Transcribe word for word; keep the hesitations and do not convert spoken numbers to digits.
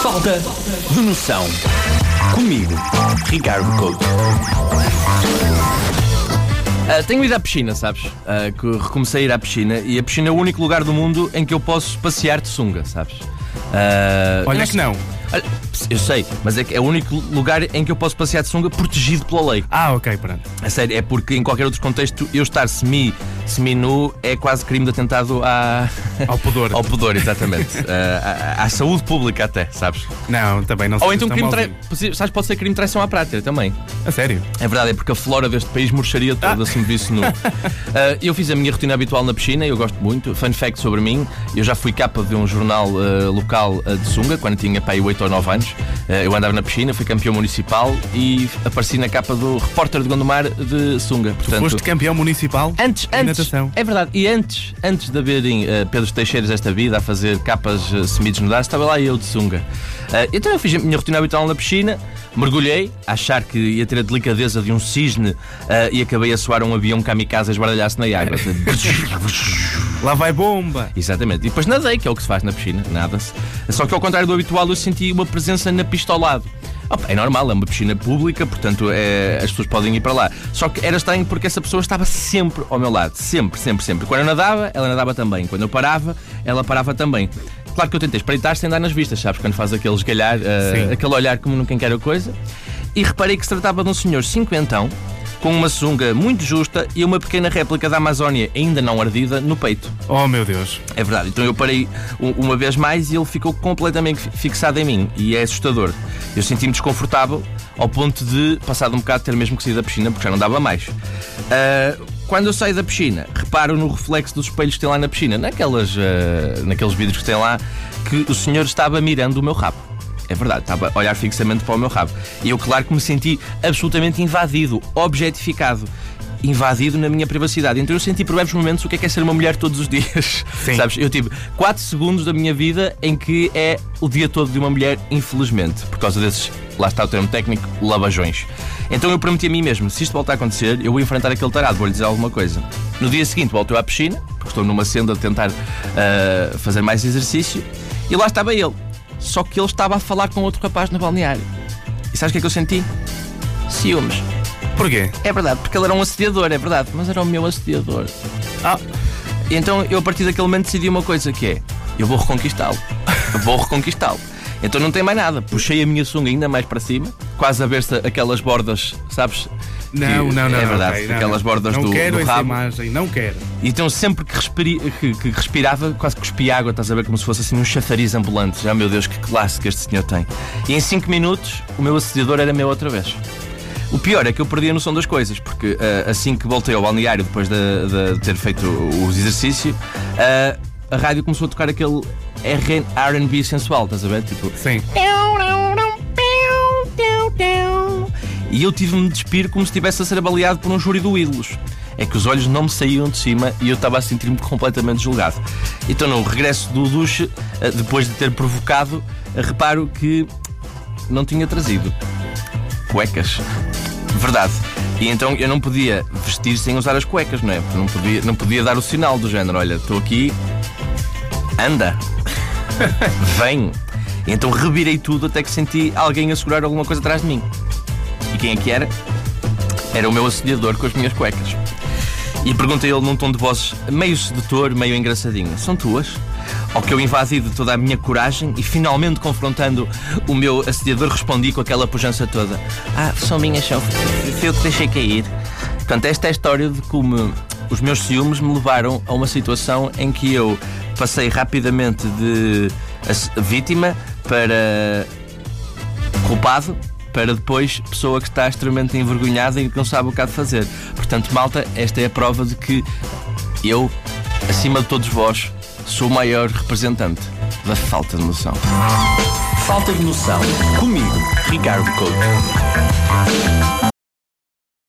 Falta de noção. Comigo, Ricardo Couto. Uh, tenho ido à piscina, sabes? Uh, que recomecei a ir à piscina e a piscina é o único lugar do mundo em que eu posso passear de sunga, sabes? Uh, Olha que não. Olha, eu sei, mas é que é o único lugar em que eu posso passear de sunga protegido pela lei. Ah, ok, pronto. A sério, é porque em qualquer outro contexto eu estar semi, semi-nu é quase crime de atentado à... Ao pudor. Ao pudor, exatamente. uh, à, à saúde pública até, sabes? Não, também não sei. Ou então crime trai... sabes, pode ser crime de traição à pátria também. A sério? É verdade, é porque a flora deste país murcharia toda ah. se me visse nu. uh, Eu fiz a minha rotina habitual na piscina, eu gosto muito. Fun fact sobre mim, eu já fui capa de um jornal uh, local uh, de sunga, quando tinha pai oito ou nove anos. Uh, eu andava na piscina, fui campeão municipal e apareci na capa do Repórter de Gondomar de sunga. Portanto, foste campeão municipal antes, de antes, natação. É verdade, e antes, antes de haverem uh, Pedro Teixeiras desta vida a fazer capas uh, semi-desnudadas, estava lá eu de sunga. Uh, então eu fiz a minha rotina habitual na piscina, mergulhei, a achar que ia ter a delicadeza de um cisne uh, e acabei a soar um avião kamikaze a esbardalhar-se na água. Lá vai bomba! Exatamente. E depois nadei, que é o que se faz na piscina, nada-se. Só que ao contrário do habitual, eu senti uma presença na pista ao lado. Opa, é normal, é uma piscina pública, portanto é, as pessoas podem ir para lá. Só que era estranho porque essa pessoa estava sempre ao meu lado. Sempre, sempre, sempre. Quando eu nadava, ela nadava também. Quando eu parava, ela parava também. Claro que eu tentei espreitar sem dar nas vistas, sabes? Quando faz aquele esgalhar, uh, aquele olhar como nunca quer a coisa. E reparei que se tratava de um senhor cinquentão, com uma sunga muito justa e uma pequena réplica da Amazónia ainda não ardida no peito. Oh meu Deus! É verdade, então eu parei uma vez mais e ele ficou completamente fixado em mim e é assustador. Eu senti-me desconfortável ao ponto de, passado um bocado, ter mesmo que sair da piscina porque já não dava mais. Uh, quando eu saio da piscina, reparo no reflexo dos espelhos que tem lá na piscina, naquelas, uh, naqueles vidros que tem lá, que o senhor estava mirando o meu rabo. É verdade, estava a olhar fixamente para o meu rabo. E eu, claro que me senti absolutamente invadido, objetificado. Invadido na minha privacidade. Então eu senti por breves momentos o que é, que é ser uma mulher todos os dias. Sim. Sabes? Eu tive quatro segundos da minha vida em que é o dia todo de uma mulher, infelizmente, por causa desses, lá está o termo técnico, lavajões. Então eu prometi a mim mesmo, se isto voltar a acontecer, eu vou enfrentar aquele tarado, vou-lhe dizer alguma coisa. No dia seguinte volto eu à piscina, porque estou numa senda de tentar uh, fazer mais exercício, e lá estava ele. Só que ele estava a falar com outro rapaz no balneário. E sabes o que é que eu senti? Ciúmes. Porquê? É verdade, porque ele era um assediador, é verdade, mas era o meu assediador. Ah. Então eu a partir daquele momento decidi uma coisa que é: eu vou reconquistá-lo. Eu vou reconquistá-lo. Então não tem mais nada. Puxei a minha sunga ainda mais para cima, quase a ver-se aquelas bordas, sabes? Não, que, não, não. É verdade, okay, não, aquelas não. bordas não do, quero do essa rabo. imagem, não quero. Então sempre que, respiri, que, que respirava, quase que cuspia água, estás a ver, como se fosse assim um chafariz ambulante. Já, meu Deus, que clássico este senhor tem. E em cinco minutos o meu assediador era meu outra vez. O pior é que eu perdi a noção das coisas, porque uh, assim que voltei ao balneário, depois de, de ter feito os exercícios, uh, a rádio começou a tocar aquele R and B sensual, estás a ver? Tipo... Sim. E eu tive-me de despir como se estivesse a ser baleado por um júri do Ídolos. É que os olhos não me saíam de cima e eu estava a sentir-me completamente julgado. Então no regresso do duche, depois de ter provocado, reparo que não tinha trazido cuecas. Verdade. E então eu não podia vestir sem usar as cuecas, não é? Porque não podia, não podia dar o sinal do género: olha, estou aqui, anda, vem. E então revirei tudo até que senti alguém a segurar alguma coisa atrás de mim. E quem é que era? Era o meu assediador com as minhas cuecas. E perguntei a ele num tom de voz meio sedutor, meio engraçadinho: são tuas? Ao que eu, invadido de toda a minha coragem e finalmente confrontando o meu assediador, respondi com aquela pujança toda: ah, são minhas, são. Foi eu que deixei cair. Portanto, esta é a história de como os meus ciúmes me levaram a uma situação em que eu passei rapidamente de vítima para culpado, para depois pessoa que está extremamente envergonhada e que não sabe o que há de fazer. Portanto, malta, esta é a prova de que eu, acima de todos vós, sou o maior representante da falta de noção. Falta de noção. Comigo, Ricardo Couto.